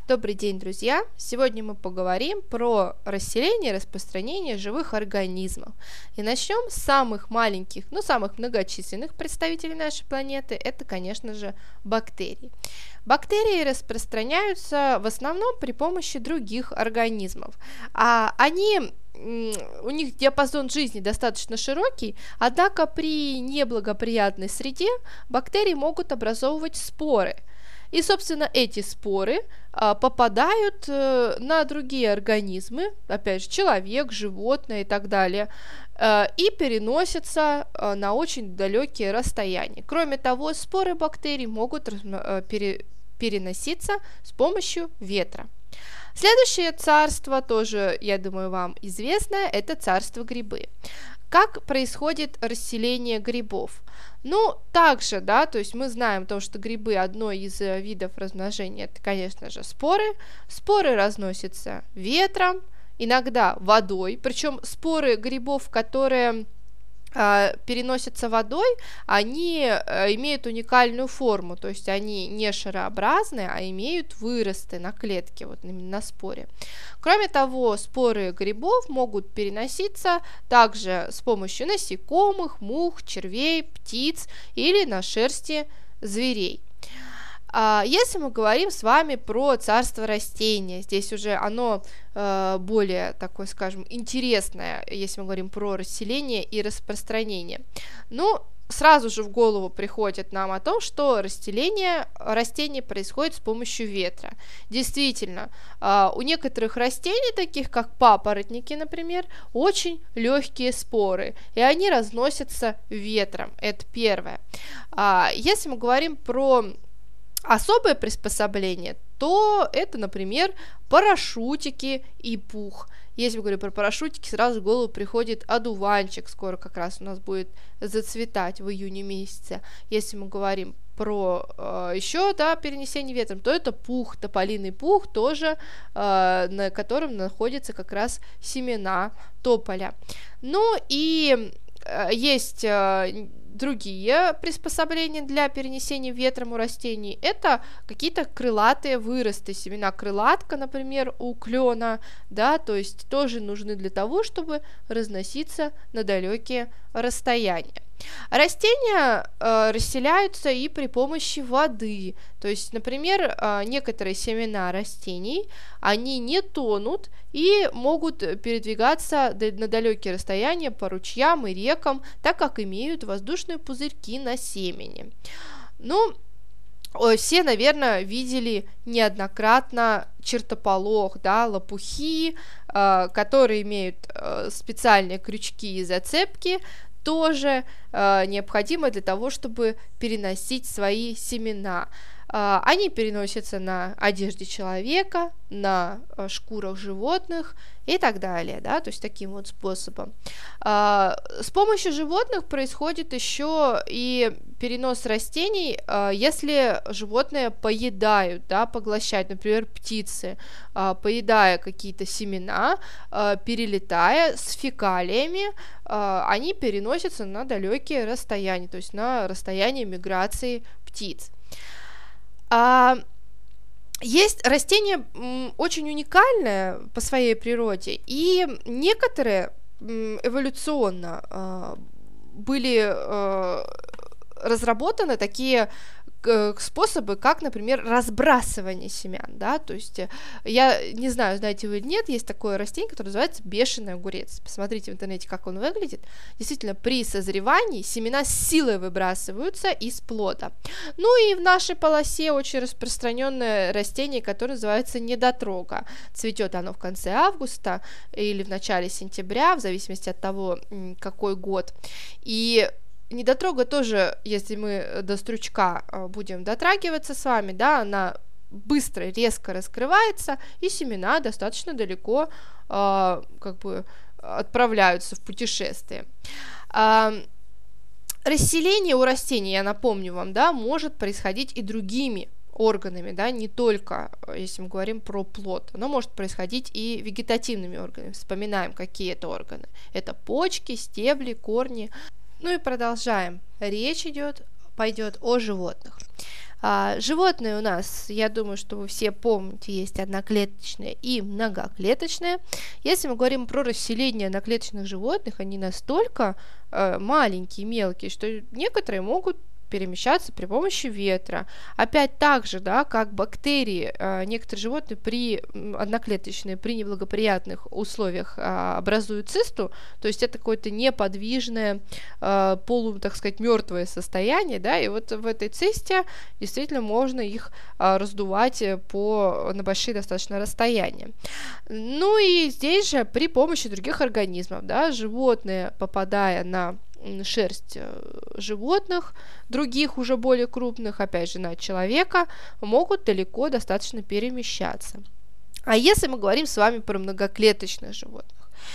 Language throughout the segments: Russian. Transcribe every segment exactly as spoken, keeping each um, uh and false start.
Добрый день, друзья! Сегодня мы поговорим про расселение и распространение живых организмов. И начнем с самых маленьких, но самых многочисленных представителей нашей планеты. Это, конечно же, бактерии. Бактерии распространяются в основном при помощи других организмов. А они, у них диапазон жизни достаточно широкий, однако при неблагоприятной среде бактерии могут образовывать споры. И, собственно, эти споры а, попадают а, на другие организмы, опять же, человек, животное и так далее, а, и переносятся а, на очень далекие расстояния. Кроме того, споры бактерий могут а, пере, переноситься с помощью ветра. Следующее царство, тоже, я думаю, вам известное, это царство грибы. Как происходит расселение грибов? Ну, также, да, то есть мы знаем то, что грибы одно из видов размножения, это, конечно же, споры. Споры разносятся ветром, иногда водой, причем споры грибов, которые э, переносятся водой, они э, имеют уникальную форму, то есть они не шарообразные, а имеют выросты на клетке, вот именно на споре. Кроме того, споры грибов могут переноситься также с помощью насекомых, мух, червей, птиц или на шерсти зверей. Если мы говорим с вами про царство растения, здесь уже оно э, более такое, скажем, интересное, если мы говорим про расселение и распространение. Ну, сразу же в голову приходит нам о том, что расселение растений происходит с помощью ветра. Действительно, э, у некоторых растений, таких как папоротники, например, очень легкие споры, и они разносятся ветром. Это первое. Э, если мы говорим про особое приспособление, то это, например, парашютики и пух. Если мы говорим про парашютики, сразу в голову приходит одуванчик, скоро как раз у нас будет зацветать в июне месяце. Если мы говорим про э, еще, да, перенесение ветром, то это пух, тополиный пух, тоже, э, на котором находятся как раз семена тополя. Ну и э, есть э, другие приспособления для перенесения ветром у растений. Это какие-то крылатые выросты, семена крылатка, например, у клена, да, то есть тоже нужны для того, чтобы разноситься на далекие расстояния. Растения э, расселяются и при помощи воды, то есть, например, э, некоторые семена растений, они не тонут и могут передвигаться на далекие расстояния по ручьям и рекам, так как имеют воздушные пузырьки на семени. Ну, все, наверное, видели неоднократно чертополох, да, лопухи, э, которые имеют э, специальные крючки и зацепки, тоже э, необходимо для того, чтобы переносить свои семена. Э, они переносятся на одежде человека, на э, шкурах животных и так далее, да, то есть таким вот способом. Э, с помощью животных происходит еще и перенос растений, э, если животные поедают, да, поглощают, например, птицы, э, поедая какие-то семена, э, перелетая с фекалиями, э, они переносятся на далекие расстояния, то есть на расстояние миграции птиц. А, есть растение м, очень уникальное по своей природе, и некоторые м, эволюционно э, были э, разработаны такие способы, как, например, разбрасывание семян, да, то есть я не знаю, знаете вы или нет, есть такое растение, которое называется бешеный огурец. Посмотрите в интернете, как он выглядит. Действительно, при созревании семена с силой выбрасываются из плода. Ну и в нашей полосе очень распространенное растение, которое называется недотрога. Цветет оно в конце августа или в начале сентября, в зависимости от того, какой год. И недотрога тоже, если мы до стручка будем дотрагиваться с вами, да, она быстро, резко раскрывается, и семена достаточно далеко э, как бы отправляются в путешествие. Э, расселение у растений, я напомню вам, да, может происходить и другими органами, да, не только, если мы говорим про плод, оно может происходить и вегетативными органами. Вспоминаем, какие это органы. Это почки, стебли, корни. Ну и продолжаем. Речь идет, пойдет о животных. А, животные у нас, я думаю, что вы все помните, есть одноклеточные и многоклеточные. Если мы говорим про расселение одноклеточных животных, они настолько э, маленькие, мелкие, что некоторые могут перемещаться при помощи ветра. Опять так же, да, как бактерии, э, некоторые животные при одноклеточные, при неблагоприятных условиях э, образуют цисту, то есть это какое-то неподвижное, э, полу, так сказать, мертвое состояние, да, и вот в этой цисте действительно можно их э, раздувать по, на большие достаточно расстояния. Ну и здесь же при помощи других организмов, да, животные, попадая на шерсть животных, других уже более крупных, опять же, на человека, могут далеко достаточно перемещаться. А если мы говорим с вами про многоклеточных животных,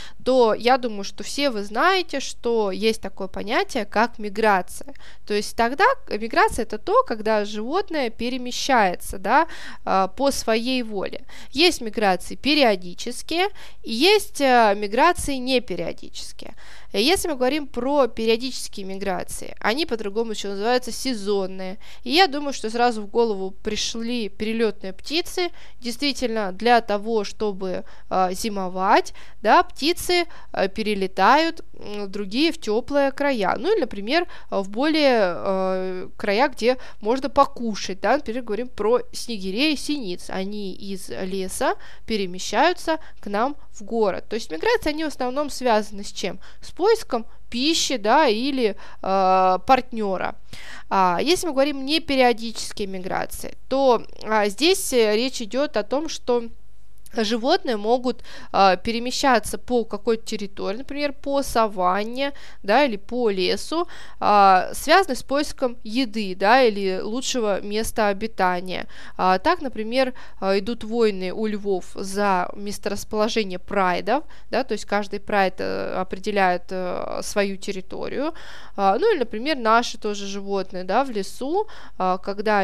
то я думаю, что все вы знаете, что есть такое понятие, как миграция. То есть тогда миграция – это то, когда животное перемещается, да, по своей воле. Есть миграции периодические и есть миграции непериодические. Если мы говорим про периодические миграции, они по-другому еще называются сезонные. И я думаю, что сразу в голову пришли перелетные птицы. Действительно, для того, чтобы э, зимовать, да, птицы э, перелетают в другие, в теплые края. Ну или, например, в более э, края, где можно покушать. Да? Например, говорим про снегирей и синиц. Они из леса перемещаются к нам в город. То есть миграции, они в основном связаны с чем? С поиском пищи, да, или э, партнера. А, если мы говорим не периодические миграции, то а, здесь речь идет о том, что животные могут э, перемещаться по какой-то территории, например, по саванне, да, или по лесу, э, связанные с поиском еды, да, или лучшего места обитания. А, так, например, э, идут войны у львов за месторасположение прайдов, да, то есть каждый прайд э, определяет э, свою территорию. А, ну или, например, наши тоже животные, да, в лесу, э, когда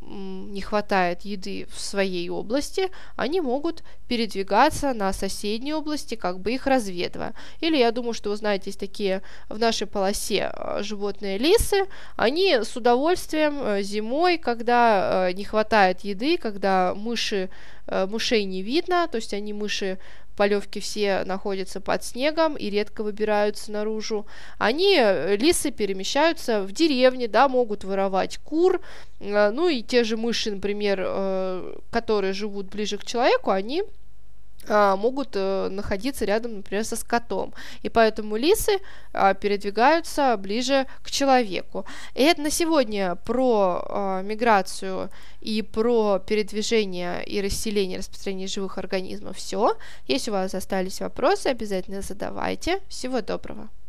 им не хватает еды в своей области, они могут передвигаться на соседние области, как бы их разведывая. Или, я думаю, что вы знаете, есть такие в нашей полосе животные лисы, они с удовольствием зимой, когда не хватает еды, когда мыши, мышей не видно, то есть они мыши, полевки все находятся под снегом и редко выбираются наружу. Они, лисы, перемещаются в деревне, да, могут воровать кур, ну и те же мыши, например, которые живут ближе к человеку, они могут находиться рядом, например, со скотом. И поэтому лисы передвигаются ближе к человеку. И это на сегодня про миграцию и про передвижение и расселение, распространение живых организмов все. Если у вас остались вопросы, обязательно задавайте. Всего доброго.